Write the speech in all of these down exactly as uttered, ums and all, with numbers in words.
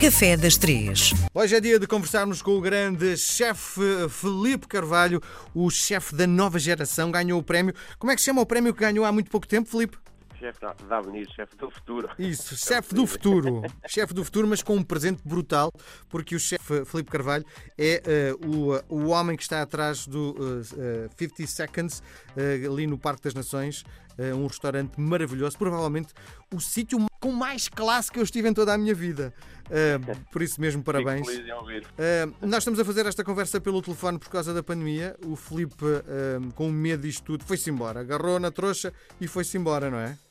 Café das Três. Hoje é dia de conversarmos com o grande chefe Filipe Carvalho, o chefe da nova geração, ganhou o prémio. Como é que se chama o prémio que ganhou há muito pouco tempo, Filipe? Chefe da, da Avenida, chefe do futuro. Isso, chefe do futuro. Chefe do futuro, mas com um presente brutal, porque o chefe Filipe Carvalho é uh, o, o homem que está atrás do uh, uh, fifty seconds, uh, ali no Parque das Nações, uh, um restaurante maravilhoso, provavelmente o sítio com mais classe que eu estive em toda a minha vida. Uh, por isso mesmo, parabéns. Fico feliz em ouvir. Uh, nós estamos a fazer esta conversa pelo telefone por causa da pandemia. O Filipe, uh, com medo disto tudo, foi-se embora. Agarrou na trouxa e foi-se embora, não é?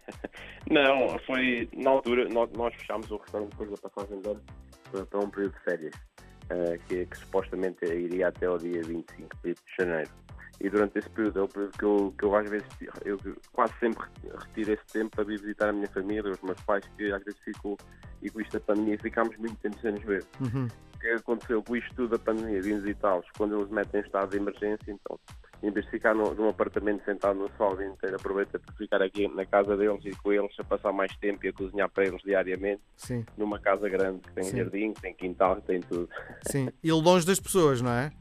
Não, foi na altura, nós, nós fechámos o restaurante depois da passagem de ano para, para um período de férias, uh, que, que supostamente iria até ao dia vinte e cinco de janeiro. E durante esse período, é o período que eu, que eu às vezes, eu quase sempre retiro esse tempo para vir visitar a minha família, os meus pais, que às vezes ficam, e com isto da pandemia ficámos muito tempo sem nos ver. Uhum. O que aconteceu com isto tudo da pandemia? Vim visitá-los quando eles metem em estado de emergência, então, em vez de ficar no, num apartamento sentado no sofá o dia inteiro, aproveita para ficar aqui na casa deles e com eles a passar mais tempo e a cozinhar para eles diariamente. Sim. Numa casa grande, que tem Sim. jardim, que tem quintal, que tem tudo. Sim, e longe das pessoas, não é?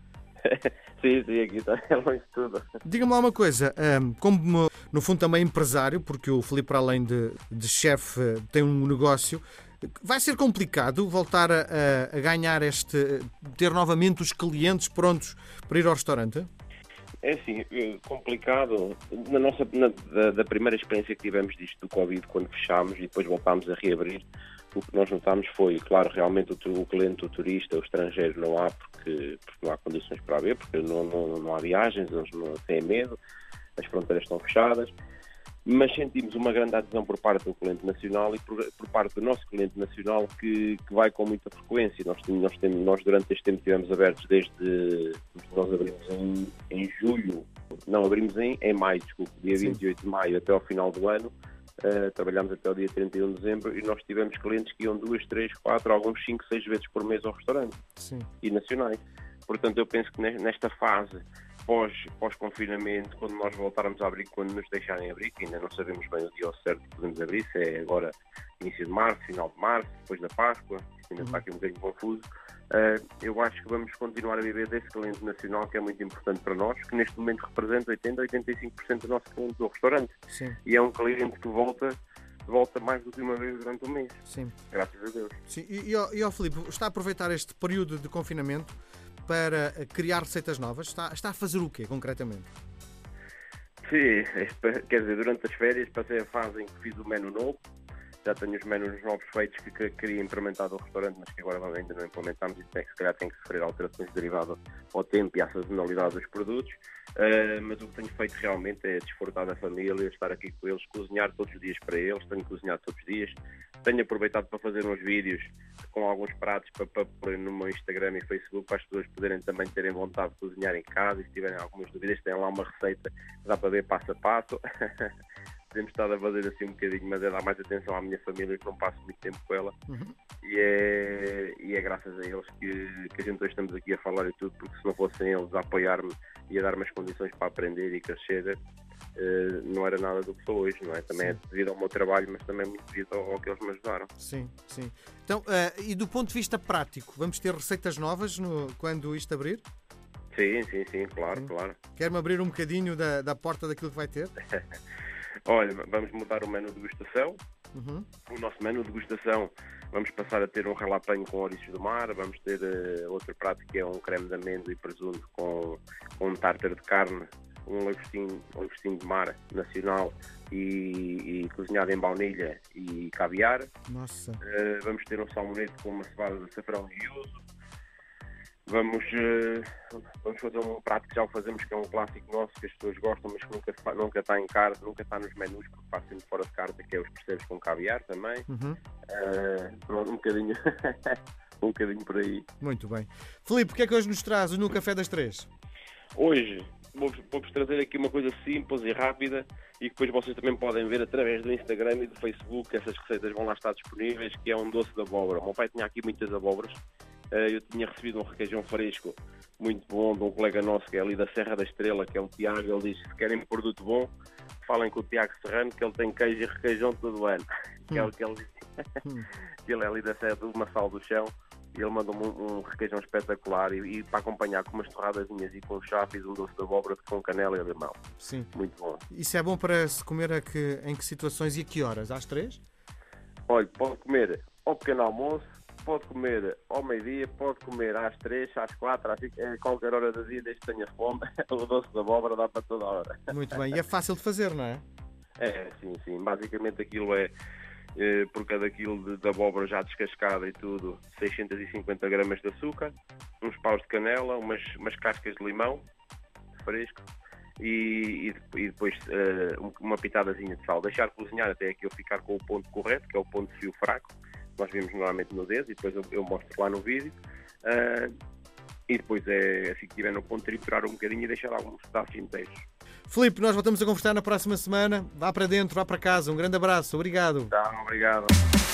Sim, sim, aqui está, é longe de tudo. Diga-me lá uma coisa, um, como no fundo também empresário, porque o Filipe, para além de, de chefe, tem um negócio, vai ser complicado voltar a, a ganhar este, ter novamente os clientes prontos para ir ao restaurante? É assim, complicado. Na nossa, na, da, da primeira experiência que tivemos disto do Covid, quando fechámos e depois voltámos a reabrir, o que nós notámos foi, claro, realmente o, o cliente, o turista, o estrangeiro não há porque, porque não há condições para haver, porque não, não, não há viagens, eles não têm medo, as fronteiras estão fechadas, mas sentimos uma grande adesão por parte do cliente nacional e por, por parte do nosso cliente nacional que, que vai com muita frequência. Nós, nós, temos, nós durante este tempo estivemos abertos desde, nós abrimos em, em julho, não, abrimos em, em maio, desculpe, dia Sim. vinte e oito de maio até ao final do ano. Uh, trabalhámos até o dia trinta e um de dezembro e nós tivemos clientes que iam duas, três, quatro, alguns cinco, seis vezes por mês ao restaurante. Sim. E nacionais. Portanto, eu penso que nesta fase pós, pós-confinamento, quando nós voltarmos a abrir, quando nos deixarem abrir, que ainda não sabemos bem o dia ao certo que podemos abrir, se é agora início de março, final de março, depois da Páscoa, ainda Uhum. está aqui um bocadinho confuso, uh, eu acho que vamos continuar a viver desse cliente nacional que é muito importante para nós, que neste momento representa oitenta, oitenta e cinco por cento do nosso cliente do restaurante. Sim. E é um cliente que volta, volta mais do que uma vez durante o mês. Sim. Graças a Deus. Sim. E, e, ó, e ó, Filipe, está a aproveitar este período de confinamento para criar receitas novas? Está, está a fazer o quê, concretamente? Sim, quer dizer, durante as férias passei a fase em que fiz o menu novo. Já tenho os menus novos feitos que, que queria implementar do restaurante, mas que agora ainda não implementámos e tem, se calhar tem que sofrer alterações derivadas ao tempo e à sazonalidade dos produtos. Uh, mas o que tenho feito realmente é desfrutar da família, estar aqui com eles, cozinhar todos os dias para eles, tenho cozinhado todos os dias. Tenho aproveitado para fazer uns vídeos com alguns pratos para, para pôr no meu Instagram e Facebook para as pessoas poderem também terem vontade de cozinhar em casa e se tiverem algumas dúvidas, tem lá uma receita que dá para ver passo a passo. Temos estado a fazer assim um bocadinho, mas é dar mais atenção à minha família, que não passo muito tempo com ela. Uhum. E, é, e é graças a eles que, que a gente hoje estamos aqui a falar e tudo, porque se não fossem eles a apoiar-me e a dar-me as condições para aprender e crescer, uh, não era nada do que sou hoje, não é? Também Sim. é devido ao meu trabalho, mas também muito devido ao, ao que eles me ajudaram. Sim, sim. Então, uh, e do ponto de vista prático, vamos ter receitas novas no, quando isto abrir? Sim, sim, sim, claro, Sim. claro. Quer-me abrir um bocadinho da, da porta daquilo que vai ter? Olha, vamos mudar o menu de degustação. Uhum. O nosso menu de degustação, vamos passar a ter um ralapanho com ouriços do mar, vamos ter uh, outro prato que é um creme de amêndoa e presunto com, com um tártaro de carne, um lagostinho, um lagostinho de mar nacional e, e cozinhado em baunilha e caviar. Nossa. Uh, vamos ter um salmonete com uma cevada de açafrão e uso. Vamos, uh, vamos fazer um prato que já o fazemos, que é um clássico nosso, que as pessoas gostam, mas que nunca, nunca está em carta, nunca está nos menus, porque faz sempre fora de carta, que é os percebes com caviar também. Uhum. Uh, pronto, um bocadinho, um bocadinho por aí. Muito bem. Filipe, o que é que hoje nos traz no Café das Três? Hoje vou-vos vou-vos trazer aqui uma coisa simples e rápida e que depois vocês também podem ver através do Instagram e do Facebook, essas receitas vão lá estar disponíveis, que é um doce de abóbora. O meu pai tinha aqui muitas abóboras. Eu tinha recebido um requeijão fresco muito bom de um colega nosso que é ali da Serra da Estrela, que é o Tiago. Ele diz: se querem produto bom, falem com o Tiago Serrano, que ele tem queijo e requeijão todo o ano. Que é o que ele diz. Hum. Ele é ali da sede de uma sala do chão e ele mandou-me um, um requeijão espetacular e, e para acompanhar com umas torradazinhas e com chá fiz um doce de abóbora com canela e limão. Sim. Muito bom. Isso é bom para se comer a que, em que situações e a que horas? Às três? Olha, pode comer ao pequeno almoço, pode comer ao meio-dia, pode comer às três, às quatro, às cinco, a qualquer hora do dia, desde que tenha fome. O doce de abóbora dá para toda a hora. Muito bem. E é fácil de fazer, não é? É, sim, sim. Basicamente aquilo é, eh, por cada quilo de, de abóbora já descascada e tudo, seiscentos e cinquenta gramas de açúcar, uns paus de canela, umas, umas cascas de limão fresco e, e, e depois eh, uma pitadazinha de sal. Deixar cozinhar até aquilo ficar com o ponto correto, que é o ponto de fio fraco. Nós vemos normalmente no dedo e depois eu, eu mostro lá no vídeo. Uh, e depois é assim que estiver no ponto, triturar um bocadinho e deixar alguns pedaços inteiros. Filipe, nós voltamos a conversar na próxima semana. Vá para dentro, vá para casa. Um grande abraço. Obrigado. Tá, obrigado.